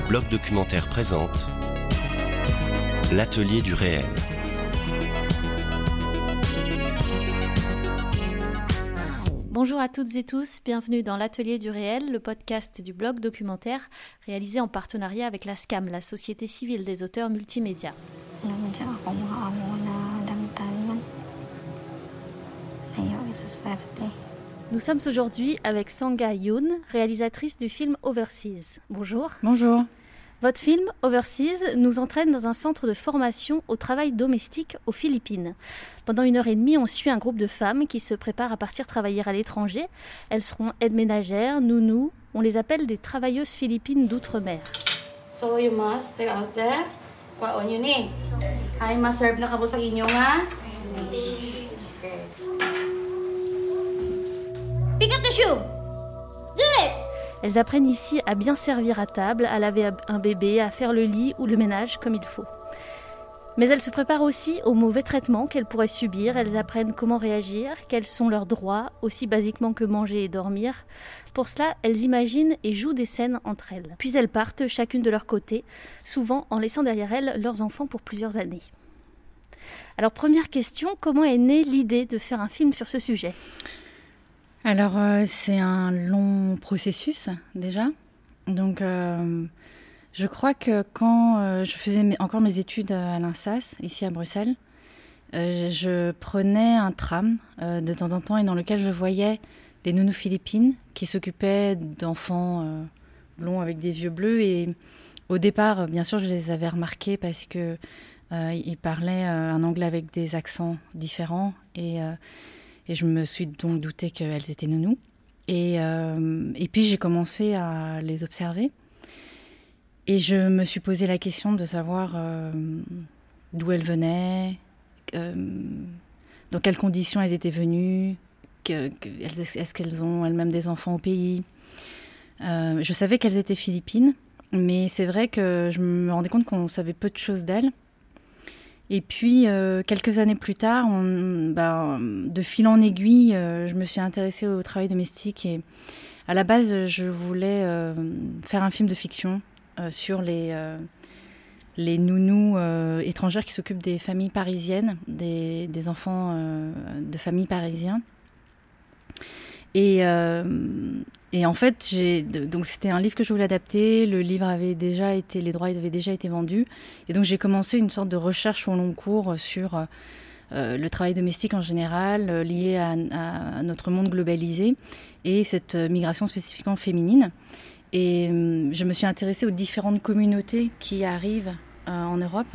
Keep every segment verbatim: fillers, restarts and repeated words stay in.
Bloc Documentaire présente l'Atelier du réel. Bonjour à toutes et tous, bienvenue dans l'Atelier du réel, le podcast du Bloc Documentaire réalisé en partenariat avec la S C A M, la Société civile des auteurs multimédia. Nous sommes aujourd'hui avec Sangha Yoon, réalisatrice du film Overseas. Bonjour. Bonjour. Votre film, Overseas, nous entraîne dans un centre de formation au travail domestique aux Philippines. Pendant une heure et demie, on suit un groupe de femmes qui se préparent à partir travailler à l'étranger. Elles seront aides ménagères, nounous. On les appelle des travailleuses philippines d'outre-mer. So you must stay out there. Kwaon yun eh. Ay ma-serve na kabo sa inyo nga. Pick up the shoe. Do it. Elles apprennent ici à bien servir à table, à laver un bébé, à faire le lit ou le ménage comme il faut. Mais elles se préparent aussi aux mauvais traitements qu'elles pourraient subir. Elles apprennent comment réagir, quels sont leurs droits, aussi basiquement que manger et dormir. Pour cela, elles imaginent et jouent des scènes entre elles. Puis elles partent, chacune de leur côté, souvent en laissant derrière elles leurs enfants pour plusieurs années. Alors première question, comment est née l'idée de faire un film sur ce sujet ? Alors, euh, c'est un long processus, déjà. Donc, euh, je crois que quand euh, je faisais mes, encore mes études à l'INSAS, ici à Bruxelles, euh, je prenais un tram euh, de temps en temps et dans lequel je voyais les nounous philippines qui s'occupaient d'enfants euh, blonds avec des yeux bleus. Et au départ, bien sûr, je les avais remarqués parce qu'ils euh, parlaient euh, un anglais avec des accents différents et... Euh, Et je me suis donc doutée qu'elles étaient nounous. Et, euh, et puis j'ai commencé à les observer. Et je me suis posé la question de savoir euh, d'où elles venaient, euh, dans quelles conditions elles étaient venues, que, que, est-ce qu'elles ont elles-mêmes des enfants au pays. Euh, je savais qu'elles étaient philippines, mais c'est vrai que je me rendais compte qu'on savait peu de choses d'elles. Et puis, euh, quelques années plus tard, on, bah, de fil en aiguille, euh, je me suis intéressée au travail domestique. Et à la base, je voulais euh, faire un film de fiction euh, sur les, euh, les nounous euh, étrangères qui s'occupent des familles parisiennes, des, des enfants euh, de familles parisiens. Et, euh, et en fait, j'ai, donc c'était un livre que je voulais adapter. Le livre avait déjà été, les droits avaient déjà été vendus. Et donc j'ai commencé une sorte de recherche au long cours sur euh, le travail domestique en général, euh, lié à, à notre monde globalisé et cette migration spécifiquement féminine. Et euh, je me suis intéressée aux différentes communautés qui arrivent euh, en Europe.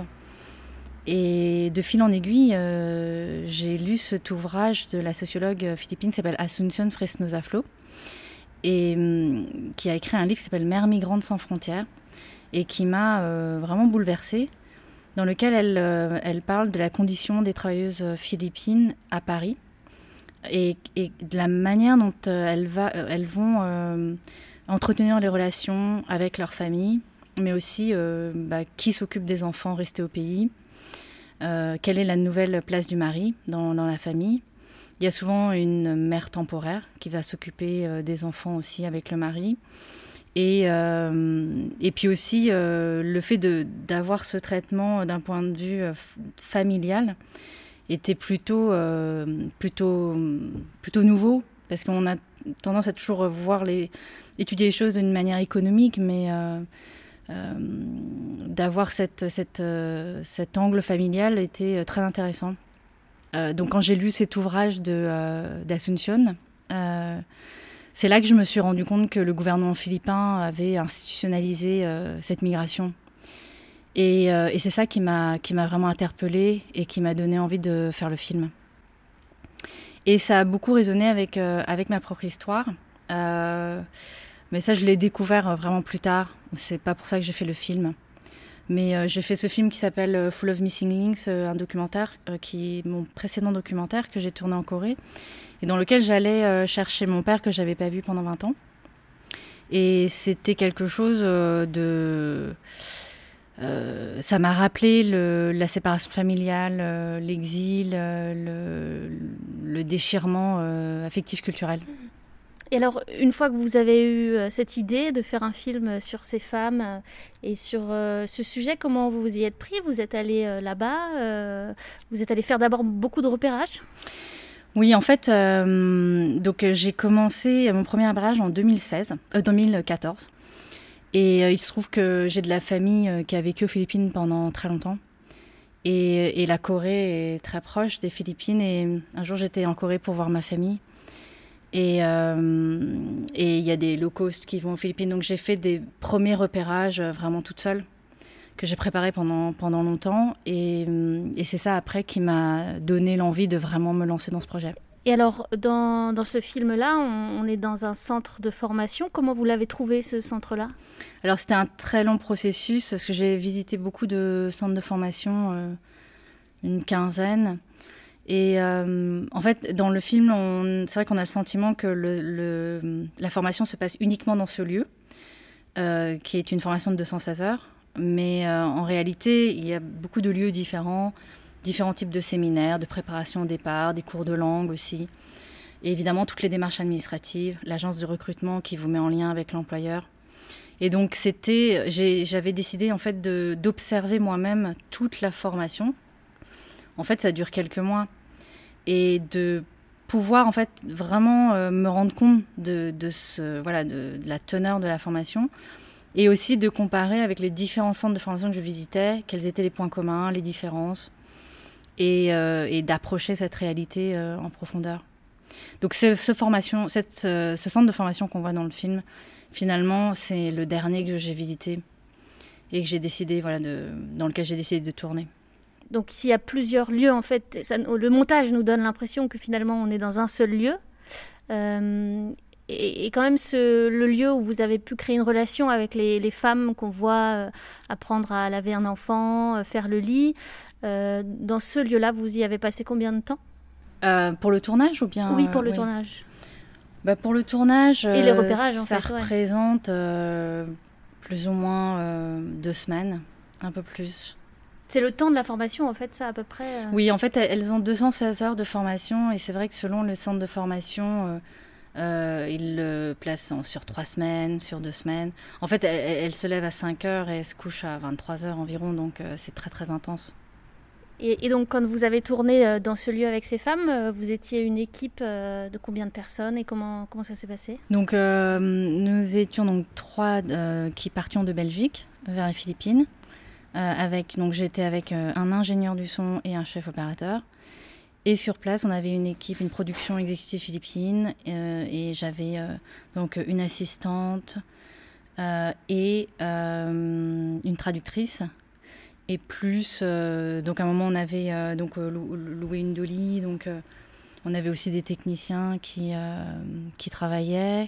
Et de fil en aiguille, euh, j'ai lu cet ouvrage de la sociologue philippine qui s'appelle Asuncion Fresnosa Flo et euh, qui a écrit un livre qui s'appelle Mères migrantes sans frontières et qui m'a euh, vraiment bouleversée, dans lequel elle, euh, elle parle de la condition des travailleuses philippines à Paris et, et de la manière dont euh, elles, va, elles vont euh, entretenir les relations avec leur famille, mais aussi euh, bah, qui s'occupe des enfants restés au pays. Euh, quelle est la nouvelle place du mari dans, dans la famille. Il y a souvent une mère temporaire qui va s'occuper euh, des enfants aussi avec le mari. Et, euh, et puis aussi euh, le fait de, d'avoir ce traitement d'un point de vue euh, familial était plutôt, euh, plutôt, plutôt nouveau, parce qu'on a tendance à toujours voir les, étudier les choses d'une manière économique, mais... Euh, Euh, d'avoir cette, cette, euh, cet angle familial était très intéressant. Euh, donc quand j'ai lu cet ouvrage de, euh, d'Asuncion, euh, c'est là que je me suis rendu compte que le gouvernement philippin avait institutionnalisé euh, cette migration. Et, euh, et c'est ça qui m'a, qui m'a vraiment interpellée et qui m'a donné envie de faire le film. Et ça a beaucoup résonné avec, euh, avec ma propre histoire. Euh, Mais ça, je l'ai découvert vraiment plus tard. C'est pas pour ça que j'ai fait le film. Mais euh, j'ai fait ce film qui s'appelle euh, Full of Missing Links, euh, un documentaire, euh, qui est mon précédent documentaire que j'ai tourné en Corée, et dans lequel j'allais euh, chercher mon père que j'avais pas vu pendant vingt ans. Et c'était quelque chose euh, de... Euh, ça m'a rappelé le, la séparation familiale, euh, l'exil, euh, le, le déchirement euh, affectif culturel. Et alors, une fois que vous avez eu euh, cette idée de faire un film sur ces femmes euh, et sur euh, ce sujet, comment vous vous y êtes pris? Vous êtes allé euh, là-bas, euh, vous êtes allé faire d'abord beaucoup de repérage? Oui, en fait, euh, donc j'ai commencé mon premier repérage en deux mille seize, euh, deux mille quatorze. Et euh, il se trouve que j'ai de la famille euh, qui a vécu aux Philippines pendant très longtemps. Et, et la Corée est très proche des Philippines. Et un jour, j'étais en Corée pour voir ma famille. Et euh, et il y a des low cost qui vont aux Philippines. Donc j'ai fait des premiers repérages euh, vraiment toute seule, que j'ai préparé pendant, pendant longtemps. Et, et c'est ça après qui m'a donné l'envie de vraiment me lancer dans ce projet. Et alors, dans, dans ce film-là, on, on est dans un centre de formation. Comment vous l'avez trouvé, ce centre-là? Alors, c'était un très long processus, parce que j'ai visité beaucoup de centres de formation, euh, une quinzaine. Et euh, en fait, dans le film, on, c'est vrai qu'on a le sentiment que le, le, la formation se passe uniquement dans ce lieu, euh, qui est une formation de deux cent seize heures. Mais euh, en réalité, il y a beaucoup de lieux différents, différents types de séminaires, de préparation au départ, des cours de langue aussi. Et évidemment, toutes les démarches administratives, l'agence de recrutement qui vous met en lien avec l'employeur. Et donc, c'était, j'ai, j'avais décidé en fait de, d'observer moi-même toute la formation. En fait, ça dure quelques mois. Et de pouvoir en fait vraiment euh, me rendre compte de, de, ce, voilà, de, de la teneur de la formation. Et aussi de comparer avec les différents centres de formation que je visitais, quels étaient les points communs, les différences. Et, euh, et d'approcher cette réalité euh, en profondeur. Donc ce, ce, formation, cette, euh, ce centre de formation qu'on voit dans le film, finalement, c'est le dernier que j'ai visité et que j'ai décidé, voilà, de, dans lequel j'ai décidé de tourner. Donc s'il y a plusieurs lieux, en fait, ça, le montage nous donne l'impression que finalement on est dans un seul lieu. Euh, et, et quand même ce, le lieu où vous avez pu créer une relation avec les, les femmes qu'on voit euh, apprendre à laver un enfant, euh, faire le lit. Euh, dans ce lieu-là, vous y avez passé combien de temps? euh, Pour le tournage ou bien Oui, pour le euh, oui. tournage. Bah, pour le tournage, et les repérages, en ça fait, ouais. représente euh, plus ou moins euh, deux semaines, un peu plus. C'est le temps de la formation, en fait, ça, à peu près euh... Oui, en fait, elles ont deux cent seize heures de formation et c'est vrai que selon le centre de formation, euh, euh, ils le placent en, sur trois semaines, sur deux semaines. En fait, elles, elles se lèvent à cinq heures et elles se couchent à vingt-trois heures environ, donc euh, c'est très très intense. Et, et donc, quand vous avez tourné dans ce lieu avec ces femmes, vous étiez une équipe de combien de personnes et comment, comment ça s'est passé? Donc, euh, nous étions donc trois euh, qui partions de Belgique vers les Philippines. Euh, avec, donc, j'étais avec euh, un ingénieur du son et un chef opérateur. Et sur place, on avait une équipe, une production exécutive philippine. Euh, et j'avais euh, donc une assistante euh, et euh, une traductrice. Et plus, euh, donc à un moment on avait euh, donc euh, loué une dolly, donc euh, on avait aussi des techniciens qui euh, qui travaillaient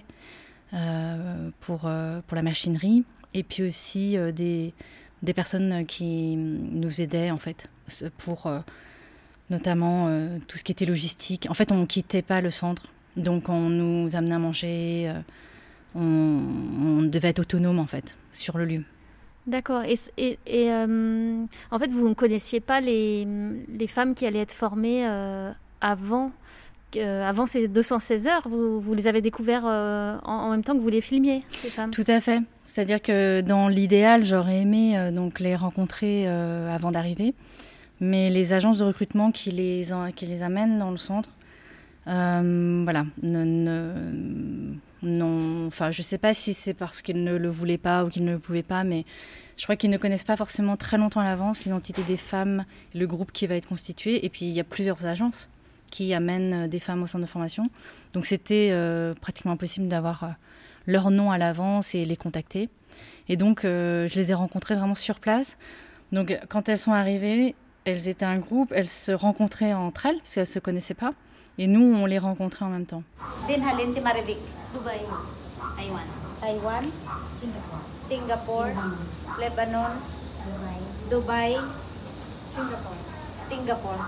euh, pour euh, pour la machinerie, et puis aussi euh, des des personnes qui nous aidaient en fait pour euh, notamment euh, tout ce qui était logistique. En fait, on quittait pas le centre, donc on nous amenait à manger, euh, on, on devait être autonome en fait sur le lieu. D'accord. Et, et, et euh, en fait, vous ne connaissiez pas les, les femmes qui allaient être formées euh, avant, euh, avant ces deux cent seize heures. Vous, vous les avez découvertes euh, en, en même temps que vous les filmiez, ces femmes? Tout à fait. C'est-à-dire que dans l'idéal, j'aurais aimé euh, donc les rencontrer euh, avant d'arriver. Mais les agences de recrutement qui les, qui les amènent dans le centre, euh, voilà, ne... ne Non, enfin, je ne sais pas si c'est parce qu'ils ne le voulaient pas ou qu'ils ne le pouvaient pas, mais je crois qu'ils ne connaissent pas forcément très longtemps à l'avance l'identité des femmes, le groupe qui va être constitué. Et puis, il y a plusieurs agences qui amènent des femmes au centre de formation. Donc, c'était euh, pratiquement impossible d'avoir euh, leur nom à l'avance et les contacter. Et donc, euh, je les ai rencontrées vraiment sur place. Donc, quand elles sont arrivées, elles étaient un groupe, elles se rencontraient entre elles, parce qu'elles ne se connaissaient pas. Et nous, on les rencontrait en même temps. Dinhalin si Marivic. Dubai, Taiwan. Taiwan, Singapore. Singapore, Lebanon. Lebanon, Dubai. Dubai, Singapore. Singapore.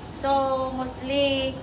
So mostly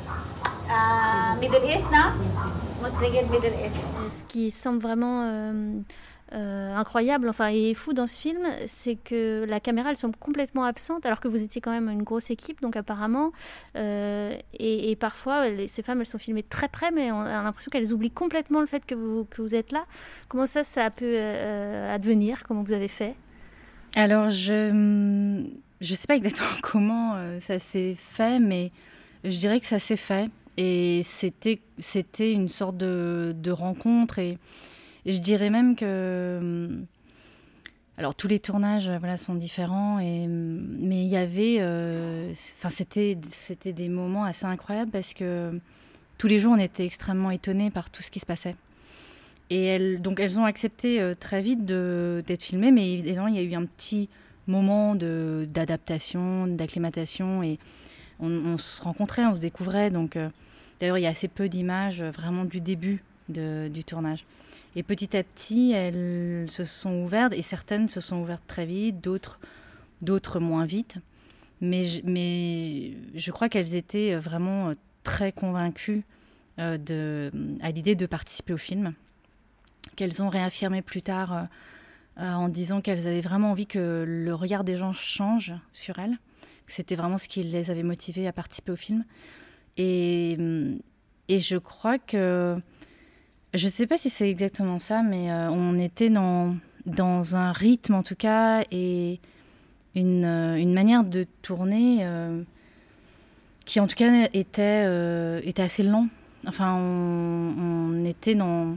uh, Middle East, no? Mostly in Middle East. Ce qui semble vraiment euh, euh, incroyable, enfin, et fou dans ce film, c'est que la caméra, elle semble complètement absente, alors que vous étiez quand même une grosse équipe, donc apparemment, euh, et, et parfois, les, ces femmes, elles sont filmées très près, mais on a l'impression qu'elles oublient complètement le fait que vous, que vous êtes là. Comment ça, ça a pu euh, advenir? Comment vous avez fait? Alors, je ne sais pas exactement comment euh, ça s'est fait, mais je dirais que ça s'est fait. Et c'était, c'était une sorte de, de rencontre. Et, et je dirais même que... Alors, tous les tournages voilà, sont différents. Et, mais il y avait... Euh, enfin, c'était, c'était des moments assez incroyables parce que tous les jours, on était extrêmement étonnés par tout ce qui se passait. Et elles, donc, elles ont accepté euh, très vite de, d'être filmées. Mais évidemment, il y a eu un petit moment de, d'adaptation, d'acclimatation. Et on, on se rencontrait, on se découvrait. Donc... Euh, D'ailleurs, il y a assez peu d'images vraiment du début de, du tournage. Et petit à petit, elles se sont ouvertes, et certaines se sont ouvertes très vite, d'autres, d'autres moins vite. Mais, mais je crois qu'elles étaient vraiment très convaincues euh, de, à l'idée de participer au film, qu'elles ont réaffirmé plus tard euh, en disant qu'elles avaient vraiment envie que le regard des gens change sur elles. C'était vraiment ce qui les avait motivées à participer au film. Et, et je crois que, je ne sais pas si c'est exactement ça, mais euh, on était dans, dans un rythme en tout cas et une, une manière de tourner euh, qui en tout cas était, euh, était assez lent. Enfin, on, on était dans...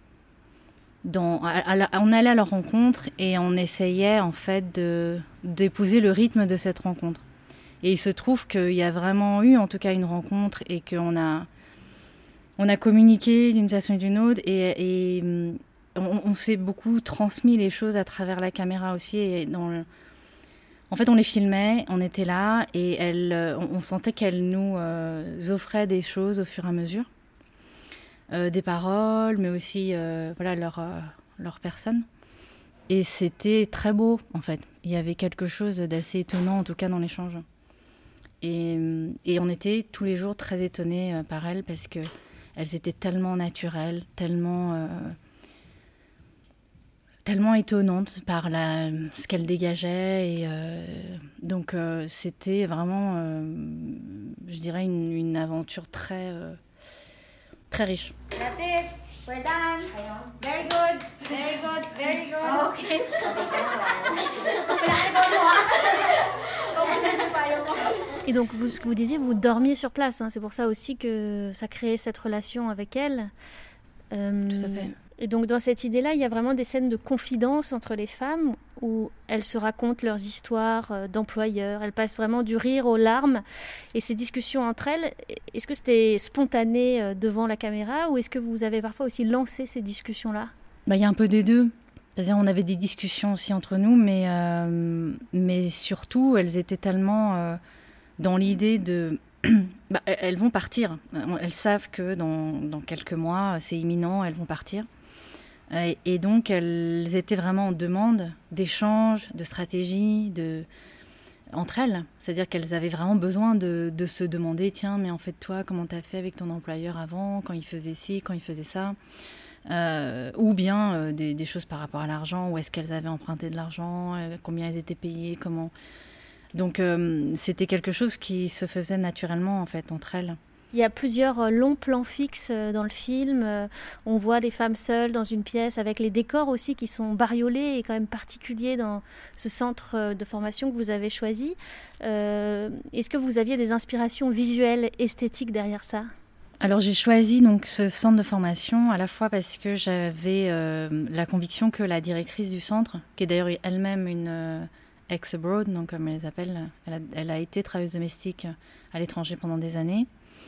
dans à, à la, on allait à leur rencontre et on essayait en fait de, d'épouser le rythme de cette rencontre. Et il se trouve qu'il y a vraiment eu, en tout cas, une rencontre et qu'on a, on a communiqué d'une façon ou d'une autre. Et, et on, on s'est beaucoup transmis les choses à travers la caméra aussi. Et dans le... En fait, on les filmait, on était là et elle, on, on sentait qu'elles nous euh, offraient des choses au fur et à mesure. Euh, des paroles, mais aussi euh, voilà, leur, euh, leur personne. Et c'était très beau, en fait. Il y avait quelque chose d'assez étonnant, en tout cas, dans l'échange. Et, et on était tous les jours très étonnés euh, par elles parce qu'elles étaient tellement naturelles, tellement, euh, tellement étonnantes par la, ce qu'elles dégageaient. Et, euh, donc euh, c'était vraiment, euh, je dirais, une, une aventure très, euh, très riche. That's it. We're done. Very good. Very good. Very good. Okay. Et donc, vous, ce que vous disiez, vous dormiez sur place. Hein, c'est pour ça aussi que ça créait cette relation avec elle. Euh, Tout à fait. Et donc, dans cette idée-là, il y a vraiment des scènes de confidence entre les femmes où elles se racontent leurs histoires euh, d'employeurs. Elles passent vraiment du rire aux larmes. Et ces discussions entre elles, est-ce que c'était spontané euh, devant la caméra ou est-ce que vous avez parfois aussi lancé ces discussions-là? Bah, y a un peu des deux. C'est-à-dire, on avait des discussions aussi entre nous, mais, euh, mais surtout, elles étaient tellement euh, dans l'idée de... bah, elles vont partir. Elles savent que dans, dans quelques mois, c'est imminent, elles vont partir. Et, et donc, elles étaient vraiment en demande d'échanges, de stratégies, de... entre elles. C'est-à-dire qu'elles avaient vraiment besoin de, de se demander, tiens, mais en fait, toi, comment t'as fait avec ton employeur avant, quand il faisait ci, quand il faisait ça euh, ou bien euh, des, des choses par rapport à l'argent, où est-ce qu'elles avaient emprunté de l'argent, euh, combien elles étaient payées, comment... Donc, euh, c'était quelque chose qui se faisait naturellement, en fait, entre elles. Il y a plusieurs longs plans fixes dans le film. On voit les femmes seules dans une pièce avec les décors aussi qui sont bariolés et quand même particuliers dans ce centre de formation que vous avez choisi. Euh, est-ce que vous aviez des inspirations visuelles, esthétiques derrière ça ? Alors j'ai choisi donc ce centre de formation à la fois parce que j'avais euh, la conviction que la directrice du centre, qui est d'ailleurs elle-même une euh, ex-abroad, donc comme elle les appelle, elle a, elle a été travailleuse domestique à l'étranger pendant des années.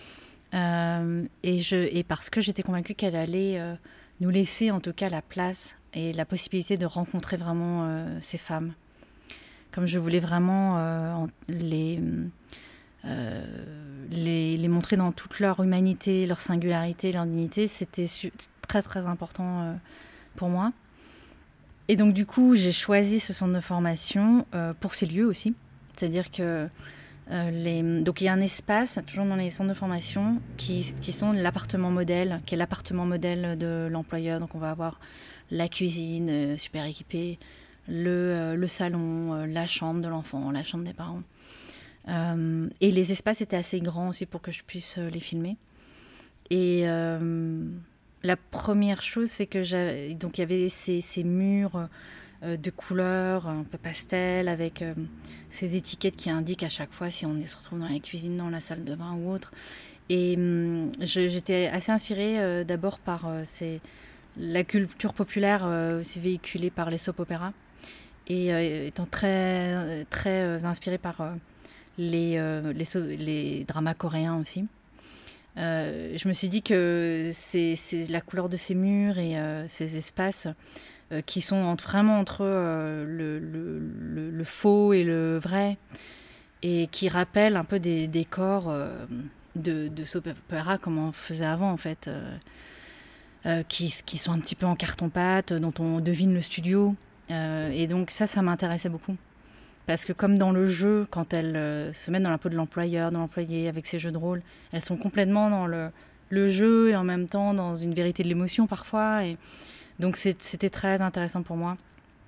Euh, et, je, et parce que j'étais convaincue qu'elle allait euh, nous laisser en tout cas la place et la possibilité de rencontrer vraiment euh, ces femmes. Comme je voulais vraiment euh, en, les, euh, les, les montrer dans toute leur humanité, leur singularité, leur dignité, c'était su- très très important euh, pour moi. Et donc du coup, j'ai choisi ce centre de formation euh, pour ces lieux aussi. C'est-à-dire que Euh, les... Donc il y a un espace, toujours dans les centres de formation, qui, qui sont l'appartement modèle, qui est l'appartement modèle de l'employeur. Donc on va avoir la cuisine euh, super équipée, le, euh, le salon, euh, la chambre de l'enfant, la chambre des parents. Euh, et les espaces étaient assez grands aussi pour que je puisse euh, les filmer. Et euh, la première chose, c'est que j'avais... Donc il y avait ces, ces murs euh, de couleurs un peu pastel, avec euh, ces étiquettes qui indiquent à chaque fois si on est, se retrouve dans la cuisine, dans la salle de bain ou autre. Et euh, je, j'étais assez inspirée euh, d'abord par euh, ces, la culture populaire euh, aussi véhiculée par les soap-opéras. Et euh, étant très, très euh, inspirée par euh, les, euh, les, les dramas coréens aussi. Euh, je me suis dit que c'est, c'est la couleur de ces murs et euh, ces espaces euh, qui sont entre, vraiment entre euh, le, le, le, le faux et le vrai et qui rappellent un peu des décors euh, de, de soap opera comme on faisait avant en fait, euh, euh, qui, qui sont un petit peu en carton-pâte, dont on devine le studio. Euh, et donc ça, ça m'intéressait beaucoup. Parce que comme dans le jeu, quand elles euh, se mettent dans la peau de l'employeur, de l'employé, avec ces jeux de rôle, elles sont complètement dans le, le jeu et en même temps dans une vérité de l'émotion parfois. Et donc c'est, c'était très intéressant pour moi.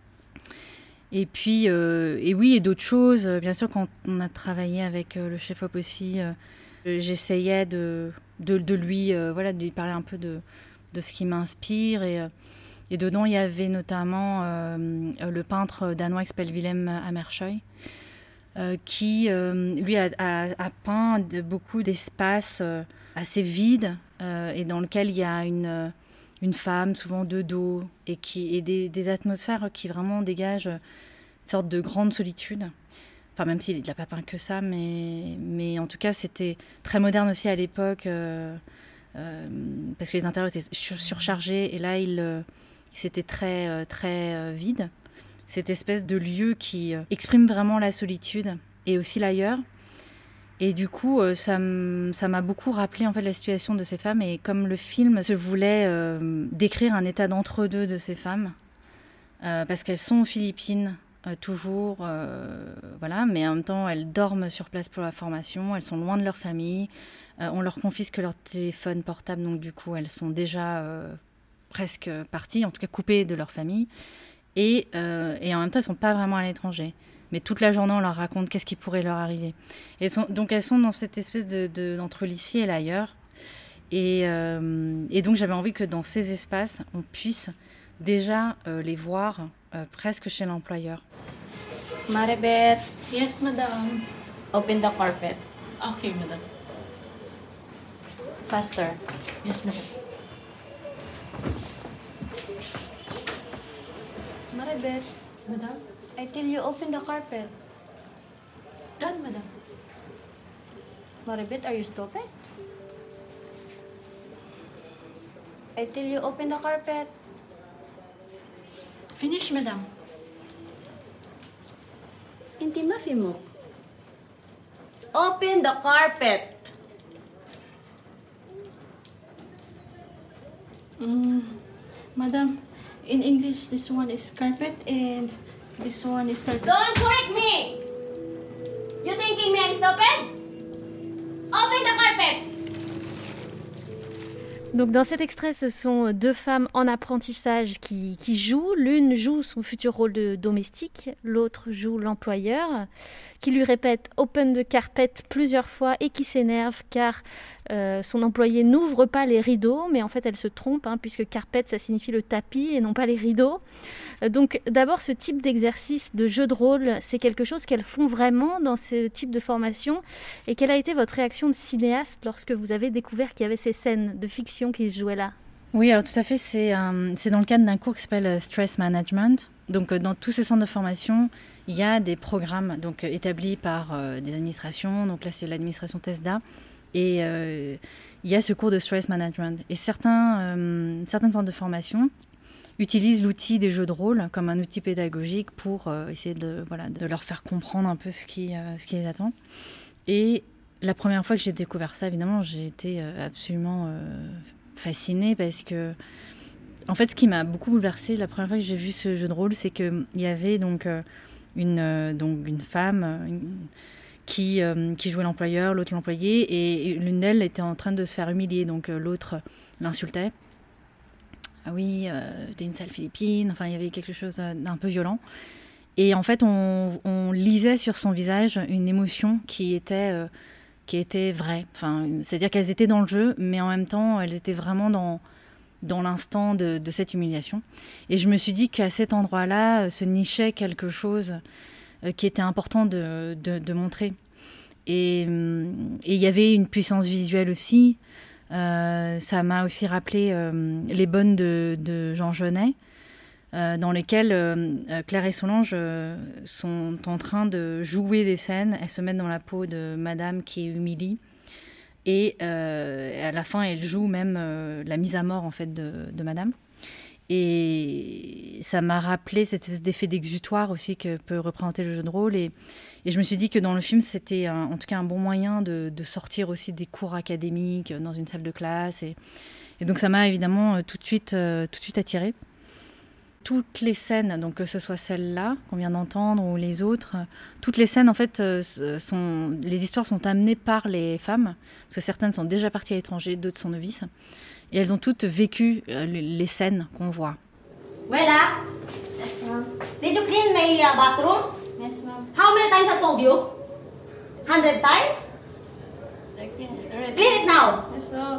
Et puis, euh, et oui, et d'autres choses. Bien sûr, quand on a travaillé avec euh, le chef-op aussi, euh, j'essayais de, de, de lui, euh, voilà, de lui parler un peu de, de ce qui m'inspire. Et, euh, Et dedans, il y avait notamment euh, le peintre danois qui s'appelle Willem Hammershøi, euh, qui, euh, lui, a, a, a peint de, beaucoup d'espaces euh, assez vides euh, et dans lesquels il y a une, une femme, souvent de dos, et, qui, et des, des atmosphères qui vraiment dégagent une sorte de grande solitude. Enfin, même s'il n'a pas peint que ça, mais, mais en tout cas, c'était très moderne aussi à l'époque, euh, euh, parce que les intérieurs étaient sur, surchargés, et là, il... Euh, C'était très, très vide, cette espèce de lieu qui exprime vraiment la solitude et aussi l'ailleurs. Et du coup, ça, ça m'a beaucoup rappelé en fait, la situation de ces femmes. Et comme le film se voulait euh, décrire un état d'entre-deux de ces femmes, euh, parce qu'elles sont aux Philippines, euh, toujours, euh, voilà, mais en même temps, elles dorment sur place pour la formation, elles sont loin de leur famille, euh, on leur confisque leur téléphone portable, donc du coup, elles sont déjà... Euh, presque parties, en tout cas coupées de leur famille. Et, euh, et en même temps, elles ne sont pas vraiment à l'étranger. Mais toute la journée, on leur raconte qu'est-ce qui pourrait leur arriver. Et elles sont, donc, elles sont dans cette espèce de, de, d'entre l'ici et l'ailleurs. Et, euh, et donc, j'avais envie que dans ces espaces, on puisse déjà euh, les voir euh, presque chez l'employeur. Maribeth, Yes, madam. open the carpet. Okay, madam. Faster. Yes, madam. Maribeth, Madam? I tell you open the carpet. Done, madam. Maribeth, are you stupid? I tell you open the carpet. Finish, madam. Hindi mafi mo. Open the carpet. Mm, madam, in English, this one is carpet and this one is carpet. Don't correct me! You thinking me I'm stupid? Open the carpet! Donc dans cet extrait, ce sont deux femmes en apprentissage qui, qui jouent. L'une joue son futur rôle de domestique, l'autre joue l'employeur, qui lui répète « open the carpet » plusieurs fois et qui s'énerve car euh, son employé n'ouvre pas les rideaux, mais en fait elle se trompe, hein, puisque carpet ça signifie le tapis et non pas les rideaux. Euh, donc d'abord ce type d'exercice de jeu de rôle, c'est quelque chose qu'elles font vraiment dans ce type de formation. Et quelle a été votre réaction de cinéaste lorsque vous avez découvert qu'il y avait ces scènes de fiction qui se jouaient là? Oui, alors tout à fait, c'est, euh, c'est dans le cadre d'un cours qui s'appelle Stress Management. Donc euh, dans tous ces centres de formation, il y a des programmes donc, euh, établis par euh, des administrations. Donc là, c'est l'administration TESDA. Et euh, il y a ce cours de Stress Management. Et certains, euh, certains centres de formation utilisent l'outil des jeux de rôle comme un outil pédagogique pour euh, essayer de, voilà, de leur faire comprendre un peu ce qui, euh, ce qui les attend. Et la première fois que j'ai découvert ça, évidemment, j'ai été euh, absolument euh, fascinée parce que, en fait, ce qui m'a beaucoup bouleversée la première fois que j'ai vu ce jeu de rôle, c'est qu'il y avait donc, euh, une, euh, donc une femme une, qui, euh, qui jouait l'employeur, l'autre l'employé, et, et l'une d'elles était en train de se faire humilier, donc euh, l'autre l'insultait. Ah oui, euh, t'es une sale Philippine, enfin il y avait quelque chose d'un peu violent. Et en fait, on, on lisait sur son visage une émotion qui était, euh, qui était vraie. Enfin, c'est-à-dire qu'elles étaient dans le jeu, mais en même temps, elles étaient vraiment dans, dans l'instant de, de cette humiliation. Et je me suis dit qu'à cet endroit-là, se nichait quelque chose euh, qui était important de, de, de montrer. Et il y avait une puissance visuelle aussi. Euh, ça m'a aussi rappelé euh, Les Bonnes de, de Jean Genet, Euh, dans lesquelles euh, Claire et Solange euh, sont en train de jouer des scènes. Elles se mettent dans la peau de madame qui est humilie. Et euh, à la fin, elles jouent même euh, la mise à mort en fait, de, de madame. Et ça m'a rappelé cette espèce d'effet d'exutoire aussi que peut représenter le jeu de rôle. Et, et je me suis dit que dans le film, c'était un, en tout cas un bon moyen de, de sortir aussi des cours académiques dans une salle de classe. Et, et donc ça m'a évidemment tout de suite, euh, tout de suite attirée. Toutes les scènes, donc que ce soit celle-là qu'on vient d'entendre ou les autres, toutes les scènes en fait, sont, les histoires sont amenées par les femmes, parce que certaines sont déjà parties à l'étranger, d'autres sont novices, et elles ont toutes vécu euh, les scènes qu'on voit. Wella? Yes, ma'am. Did you clean my uh, bathroom? Yes, ma'am. How many times I told you? Hundred times? I clean it already. Clean it now. Yes, ma'am.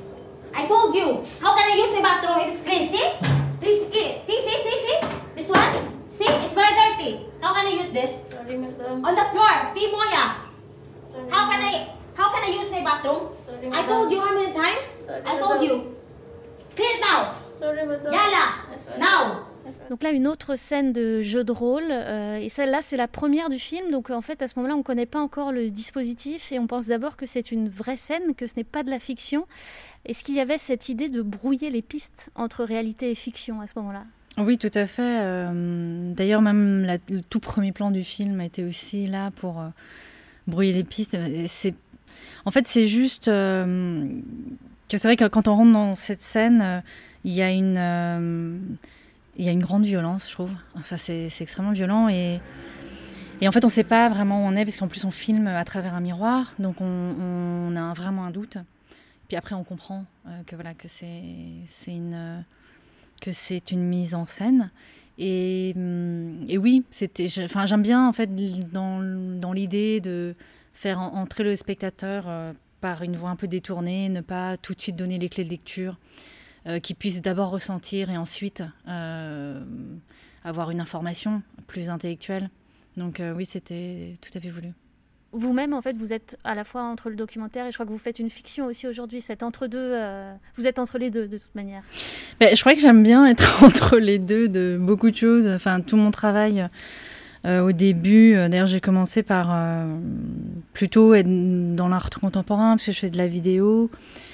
I told you. How can I use my bathroom if it's clean? See? Please, see, see, see, see? This one? See? It's very dirty. How can I use this? Sorry, madam. On the floor. Pimoya. Sorry, how can I how can I use my bathroom? Sorry, I told you how many times? Sorry, I told madam. You. Clean it now. Sorry, madam. Yalla. Yes, now. Donc là, une autre scène de jeu de rôle, euh, et celle-là, c'est la première du film, donc en fait, à ce moment-là, on ne connaît pas encore le dispositif, et on pense d'abord que c'est une vraie scène, que ce n'est pas de la fiction. Est-ce qu'il y avait cette idée de brouiller les pistes entre réalité et fiction à ce moment-là ? Oui, tout à fait. Euh, d'ailleurs, même la, le tout premier plan du film était aussi là pour euh, brouiller les pistes. C'est, en fait, c'est juste euh, que c'est vrai que quand on rentre dans cette scène, euh, il y a une... Euh, Il y a une grande violence, je trouve. Enfin, c'est, c'est extrêmement violent. Et, et en fait, on ne sait pas vraiment où on est, parce qu'en plus, on filme à travers un miroir. Donc, on, on a vraiment un doute. Puis après, on comprend euh, que, voilà, que, c'est, c'est une, que c'est une mise en scène. Et, et oui, c'était, enfin, j'aime bien, en fait, dans, dans l'idée de faire entrer le spectateur euh, par une voie un peu détournée, ne pas tout de suite donner les clés de lecture. Euh, qui puissent d'abord ressentir et ensuite euh, avoir une information plus intellectuelle. Donc euh, oui, c'était tout à fait voulu. Vous-même, en fait, vous êtes à la fois entre le documentaire et je crois que vous faites une fiction aussi aujourd'hui. C'est entre deux, euh, vous êtes entre les deux de toute manière. Ben, je crois que j'aime bien être entre les deux de beaucoup de choses. Enfin, tout mon travail euh, au début, euh, d'ailleurs j'ai commencé par euh, plutôt être dans l'art contemporain parce que je fais de la vidéo.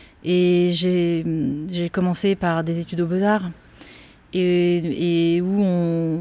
Et j'ai, j'ai commencé par des études aux Beaux-Arts et, et où on,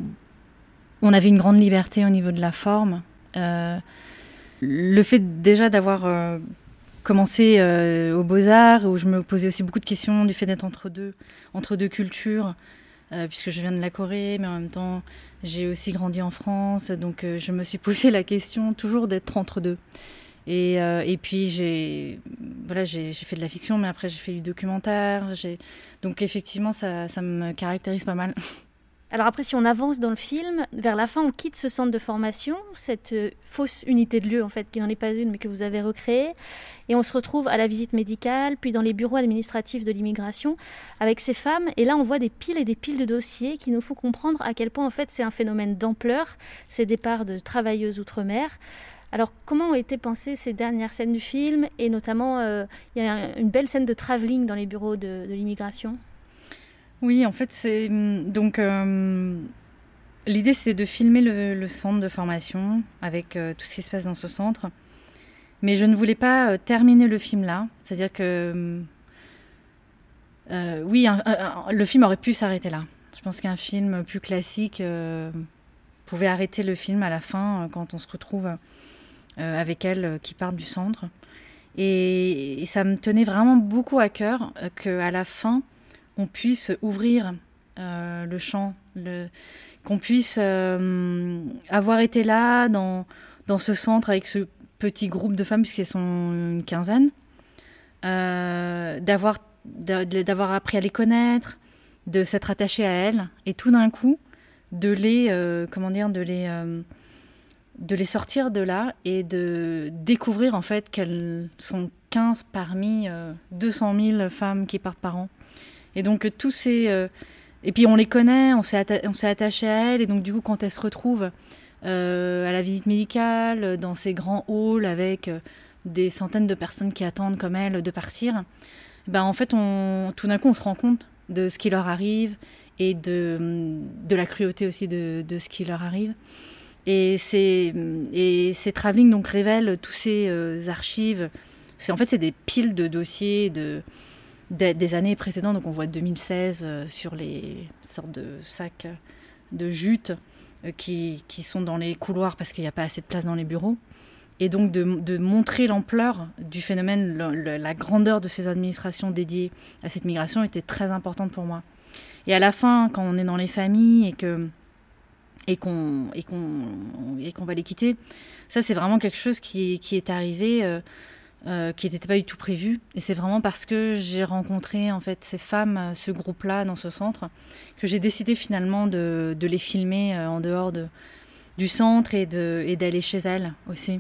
on avait une grande liberté au niveau de la forme. Euh, le fait déjà d'avoir euh, commencé euh, aux Beaux-Arts, où je me posais aussi beaucoup de questions du fait d'être entre deux, entre deux cultures, euh, puisque je viens de la Corée, mais en même temps j'ai aussi grandi en France, donc euh, je me suis posé la question toujours d'être entre deux. Et, euh, et puis j'ai, voilà, j'ai, j'ai fait de la fiction, mais après j'ai fait du documentaire. J'ai... Donc effectivement, ça, ça me caractérise pas mal. Alors après, si on avance dans le film, vers la fin, on quitte ce centre de formation, cette euh, fausse unité de lieu, en fait, qui n'en est pas une, mais que vous avez recréée. Et on se retrouve à la visite médicale, puis dans les bureaux administratifs de l'immigration, avec ces femmes. Et là, on voit des piles et des piles de dossiers qui nous font comprendre à quel point, en fait, c'est un phénomène d'ampleur, ces départs de travailleuses outre-mer. Alors, comment ont été pensées ces dernières scènes du film ? Et notamment, euh, il y a une belle scène de travelling dans les bureaux de, de l'immigration. Oui, en fait, c'est... Donc, euh, l'idée, c'est de filmer le, le centre de formation avec euh, tout ce qui se passe dans ce centre. Mais je ne voulais pas euh, terminer le film là. C'est-à-dire que... Euh, oui, un, un, le film aurait pu s'arrêter là. Je pense qu'un film plus classique euh, pouvait arrêter le film à la fin, euh, quand on se retrouve... Euh, avec elles euh, qui partent du centre. Et, et ça me tenait vraiment beaucoup à cœur euh, qu'à la fin, on puisse ouvrir euh, le champ, le, qu'on puisse euh, avoir été là dans, dans ce centre avec ce petit groupe de femmes, puisqu'elles sont une quinzaine, euh, d'avoir, d'avoir appris à les connaître, de s'être attachée à elles, et tout d'un coup, de les, euh, comment dire, de les, euh, de les sortir de là et de découvrir en fait qu'elles sont quinze parmi euh, deux cent mille femmes qui partent par an. Et donc tous ces... Euh, et puis on les connaît, on s'est, atta- on s'est attaché à elles, et donc du coup quand elles se retrouvent euh, à la visite médicale, dans ces grands halls avec euh, des centaines de personnes qui attendent comme elles de partir, ben en fait on, tout d'un coup on se rend compte de ce qui leur arrive et de, de la cruauté aussi de, de ce qui leur arrive. Et ces, et ces travelling donc révèlent tous ces euh, archives. C'est, en fait, c'est des piles de dossiers de, de, des années précédentes. Donc on voit deux mille seize euh, sur les sortes de sacs de jute euh, qui, qui sont dans les couloirs parce qu'il n'y a pas assez de place dans les bureaux. Et donc de, de montrer l'ampleur du phénomène, le, le, la grandeur de ces administrations dédiées à cette migration était très importante pour moi. Et à la fin, quand on est dans les familles et que et qu'on et qu'on et qu'on va les quitter, ça c'est vraiment quelque chose qui qui est arrivé, euh, euh, qui n'était pas du tout prévu. Et c'est vraiment parce que j'ai rencontré en fait ces femmes, ce groupe-là dans ce centre, que j'ai décidé finalement de de les filmer euh, en dehors de du centre et de et d'aller chez elles aussi.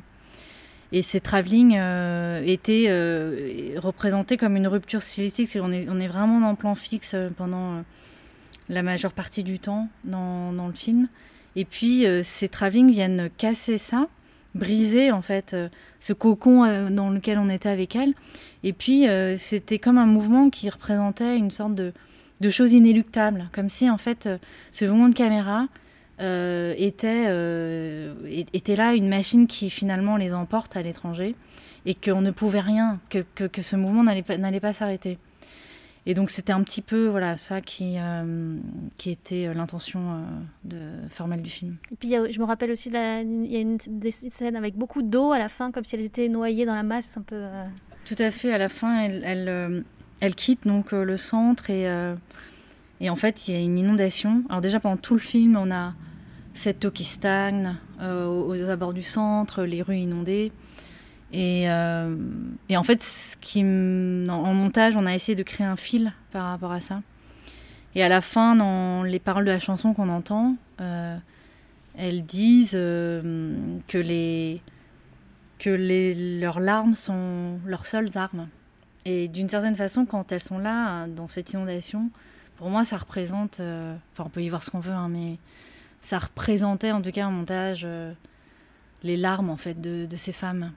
Et ces travelling euh, étaient euh, représentés comme une rupture stylistique. C'est, on est on est vraiment dans le plan fixe pendant euh, la majeure partie du temps dans dans le film. Et puis, euh, ces travelling viennent casser ça, briser, en fait, euh, ce cocon euh, dans lequel on était avec elle. Et puis, euh, c'était comme un mouvement qui représentait une sorte de, de chose inéluctable. Comme si, en fait, euh, ce mouvement de caméra euh, était, euh, était là, une machine qui, finalement, les emporte à l'étranger. Et qu'on ne pouvait rien, que, que, que ce mouvement n'allait pas, n'allait pas s'arrêter. Et donc c'était un petit peu voilà, ça qui, euh, qui était l'intention euh, de, formelle du film. Et puis je me rappelle aussi, il y a une des scènes avec beaucoup d'eau à la fin, comme si elles étaient noyées dans la masse un peu. Euh... Tout à fait, à la fin, elle, elle, euh, elle quitte donc, euh, le centre et, euh, et en fait il y a une inondation. Alors déjà pendant tout le film, on a cette eau qui stagne euh, aux, aux abords du centre, les rues inondées. Et, euh, et en fait, ce qui m... en montage, on a essayé de créer un fil par rapport à ça. Et à la fin, dans les paroles de la chanson qu'on entend, euh, elles disent euh, que, les, que les, leurs larmes sont leurs seules armes. Et d'une certaine façon, quand elles sont là, dans cette inondation, pour moi, ça représente... Euh, enfin, on peut y voir ce qu'on veut, hein, mais ça représentait en tout cas en montage euh, les larmes en fait, de, de ces femmes.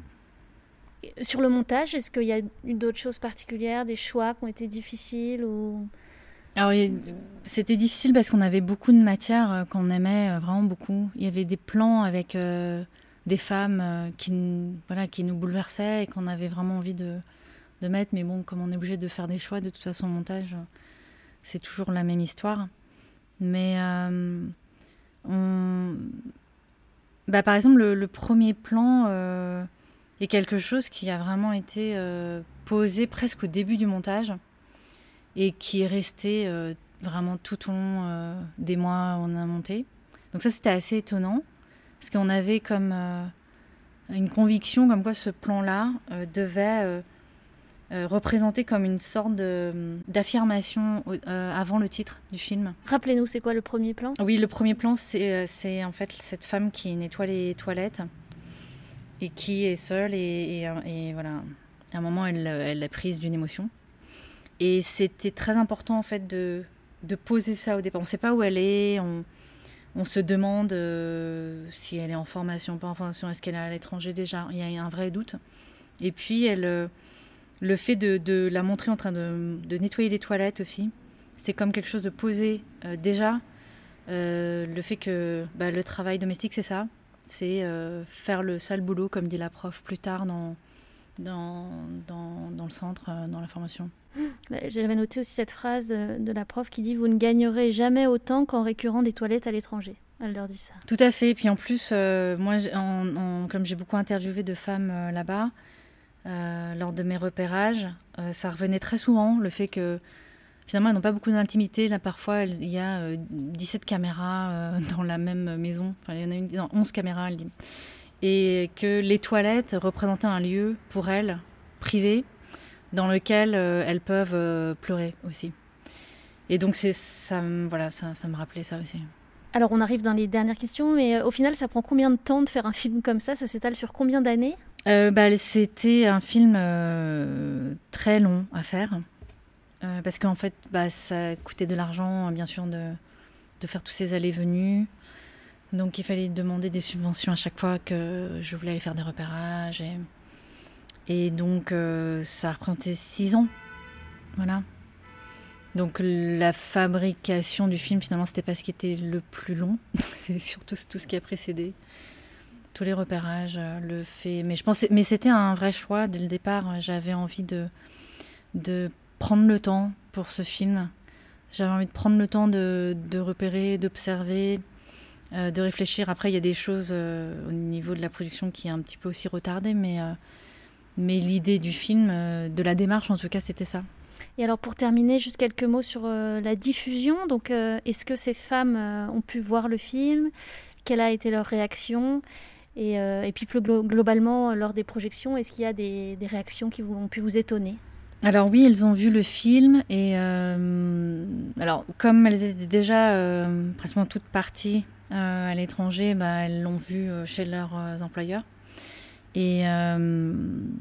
Sur le montage, est-ce qu'il y a eu d'autres choses particulières, des choix qui ont été difficiles ou... Alors, c'était difficile parce qu'on avait beaucoup de matière qu'on aimait vraiment beaucoup. Il y avait des plans avec euh, des femmes euh, qui, voilà, qui nous bouleversaient et qu'on avait vraiment envie de, de mettre. Mais bon, comme on est obligé de faire des choix, de toute façon, au montage, c'est toujours la même histoire. Mais euh, on... bah, par exemple, le, le premier plan... Euh, il y a quelque chose qui a vraiment été euh, posé presque au début du montage et qui est resté euh, vraiment tout au long euh, des mois où on a monté. Donc ça, c'était assez étonnant parce qu'on avait comme euh, une conviction comme quoi ce plan-là euh, devait euh, euh, représenter comme une sorte de, d'affirmation euh, avant le titre du film. Rappelez-nous, c'est quoi le premier plan ? Oui, le premier plan, c'est, c'est en fait cette femme qui nettoie les toilettes et qui est seule et, et, et voilà, à un moment elle, elle est prise d'une émotion et c'était très important en fait de, de poser ça au départ. On ne sait pas où elle est, on, on se demande euh, si elle est en formation, pas en formation, est-ce qu'elle est à l'étranger déjà, il y a un vrai doute. Et puis elle, le fait de, de la montrer en train de, de nettoyer les toilettes aussi, c'est comme quelque chose de posé euh, déjà, euh, le fait que bah, le travail domestique c'est ça. C'est euh, faire le sale boulot, comme dit la prof plus tard dans, dans, dans, dans le centre, euh, dans la formation. J'avais noté aussi cette phrase de, de la prof qui dit « Vous ne gagnerez jamais autant qu'en récurant des toilettes à l'étranger ». Elle leur dit ça. Tout à fait. Et puis en plus, euh, moi, en, en, comme j'ai beaucoup interviewé de femmes euh, là-bas, euh, lors de mes repérages, euh, ça revenait très souvent, le fait que finalement, elles n'ont pas beaucoup d'intimité. Là, parfois, il y a euh, dix-sept caméras euh, dans la même maison. Enfin, il y en a une, non, onze caméras, elle dit. et que les toilettes représentaient un lieu pour elles, privé, dans lequel euh, elles peuvent euh, pleurer aussi. Et donc c'est, ça, voilà, ça, ça me rappelait ça aussi. Alors on arrive dans les dernières questions, mais euh, au final ça prend combien de temps de faire un film comme ça ? Ça s'étale sur combien d'années ? euh, bah, C'était un film euh, très long à faire, euh, parce qu'en fait bah, ça coûtait de l'argent bien sûr de, de faire tous ces allées-venues. Donc il fallait demander des subventions à chaque fois que je voulais aller faire des repérages. Et, et donc euh, ça représentait six ans. Voilà. Donc la fabrication du film, finalement, c'était pas ce qui était le plus long. C'est surtout tout ce qui a précédé. Tous les repérages, le fait... Mais, je pensais... Mais c'était un vrai choix. Dès le départ, j'avais envie de, de prendre le temps pour ce film. J'avais envie de prendre le temps de, de repérer, d'observer, euh, de réfléchir. Après, il y a des choses euh, au niveau de la production qui est un petit peu aussi retardée, mais, euh, mais l'idée du film, euh, de la démarche en tout cas, c'était ça. Et alors pour terminer, juste quelques mots sur euh, la diffusion. Donc, euh, est-ce que ces femmes euh, ont pu voir le film ? Quelle a été leur réaction ? Et, euh, et puis plus glo- globalement, lors des projections, est-ce qu'il y a des, des réactions qui vous, ont pu vous étonner ? Alors oui, elles ont vu le film et euh, alors comme elles étaient déjà euh, pratiquement toutes parties euh, à l'étranger, bah, elles l'ont vu euh, chez leurs euh, employeurs. Et euh,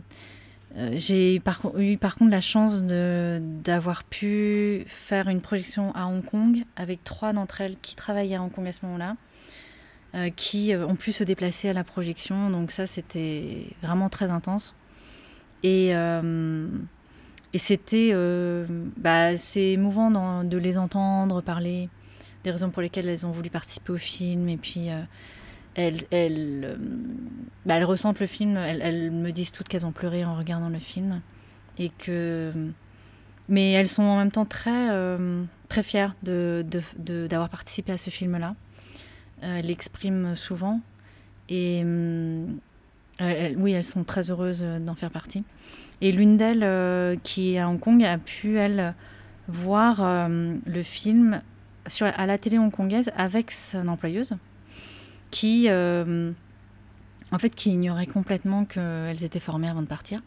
euh, j'ai par, eu par contre la chance de, d'avoir pu faire une projection à Hong Kong avec trois d'entre elles qui travaillaient à Hong Kong à ce moment-là, euh, qui euh, ont pu se déplacer à la projection. Donc ça, c'était vraiment très intense. Et... Euh, Et c'était euh, bah, c'est émouvant dans, de les entendre parler des raisons pour lesquelles elles ont voulu participer au film. Et puis, euh, elles, elles, euh, bah, elles ressentent le film. Elles, elles me disent toutes qu'elles ont pleuré en regardant le film. Et que, mais elles sont en même temps très, euh, très fières de, de, de, d'avoir participé à ce film-là. Euh, elles l'expriment souvent. Et euh, elles, oui, elles sont très heureuses d'en faire partie. Et l'une d'elles, euh, qui est à Hong Kong, a pu, elle, voir euh, le film sur, à la télé hongkongaise avec son employeuse, qui, euh, en fait, qui ignorait complètement qu'elles étaient formées avant de partir.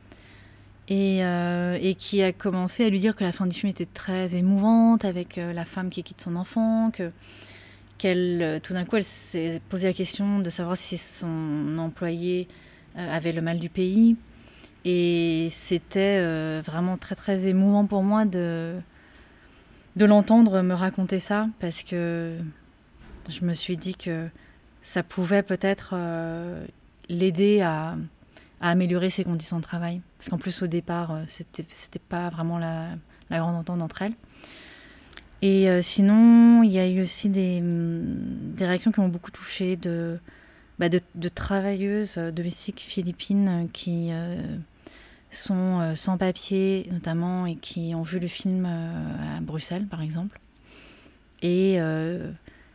Et, euh, et qui a commencé à lui dire que la fin du film était très émouvante, avec euh, la femme qui quitte son enfant, que, qu'elle, tout d'un coup, elle s'est posé la question de savoir si son employé euh, avait le mal du pays. Et c'était euh, vraiment très très émouvant pour moi de, de l'entendre me raconter ça, parce que je me suis dit que ça pouvait peut-être euh, l'aider à, à améliorer ses conditions de travail. Parce qu'en plus au départ, c'était, c'était pas vraiment la, la grande entente entre elles. Et euh, sinon, il y a eu aussi des, des réactions qui m'ont beaucoup touchée de, bah de, de travailleuses domestiques philippines qui... Euh, sont euh, sans papier notamment et qui ont vu le film euh, à Bruxelles par exemple et, euh,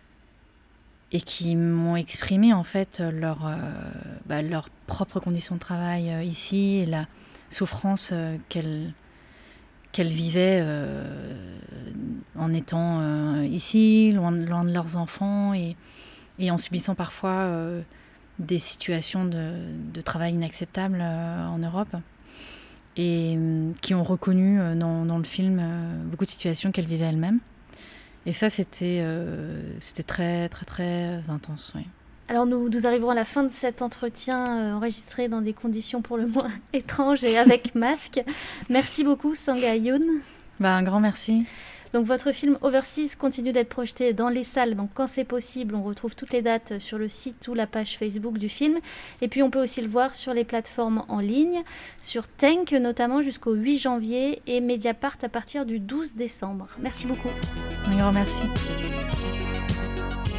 et qui m'ont exprimé en fait leur, euh, bah, leurs propres conditions de travail euh, ici et la souffrance euh, qu'elles, qu'elles vivaient euh, en étant euh, ici, loin, loin de leurs enfants et, et en subissant parfois euh, des situations de, de travail inacceptables euh, en Europe. Et euh, qui ont reconnu euh, dans, dans le film euh, beaucoup de situations qu'elles vivaient elles-mêmes. Et ça, c'était, euh, c'était très, très, très intense. Oui. Alors, nous, nous arrivons à la fin de cet entretien euh, enregistré dans des conditions pour le moins étranges et avec masque. Merci beaucoup, Sang-ha Yoon. Bah, un grand merci. Donc votre film Overseas continue d'être projeté dans les salles, donc quand c'est possible, on retrouve toutes les dates sur le site ou la page Facebook du film. Et puis on peut aussi le voir sur les plateformes en ligne, sur Tenk notamment jusqu'au huit janvier et Mediapart à partir du douze décembre. Merci beaucoup. Un grand merci.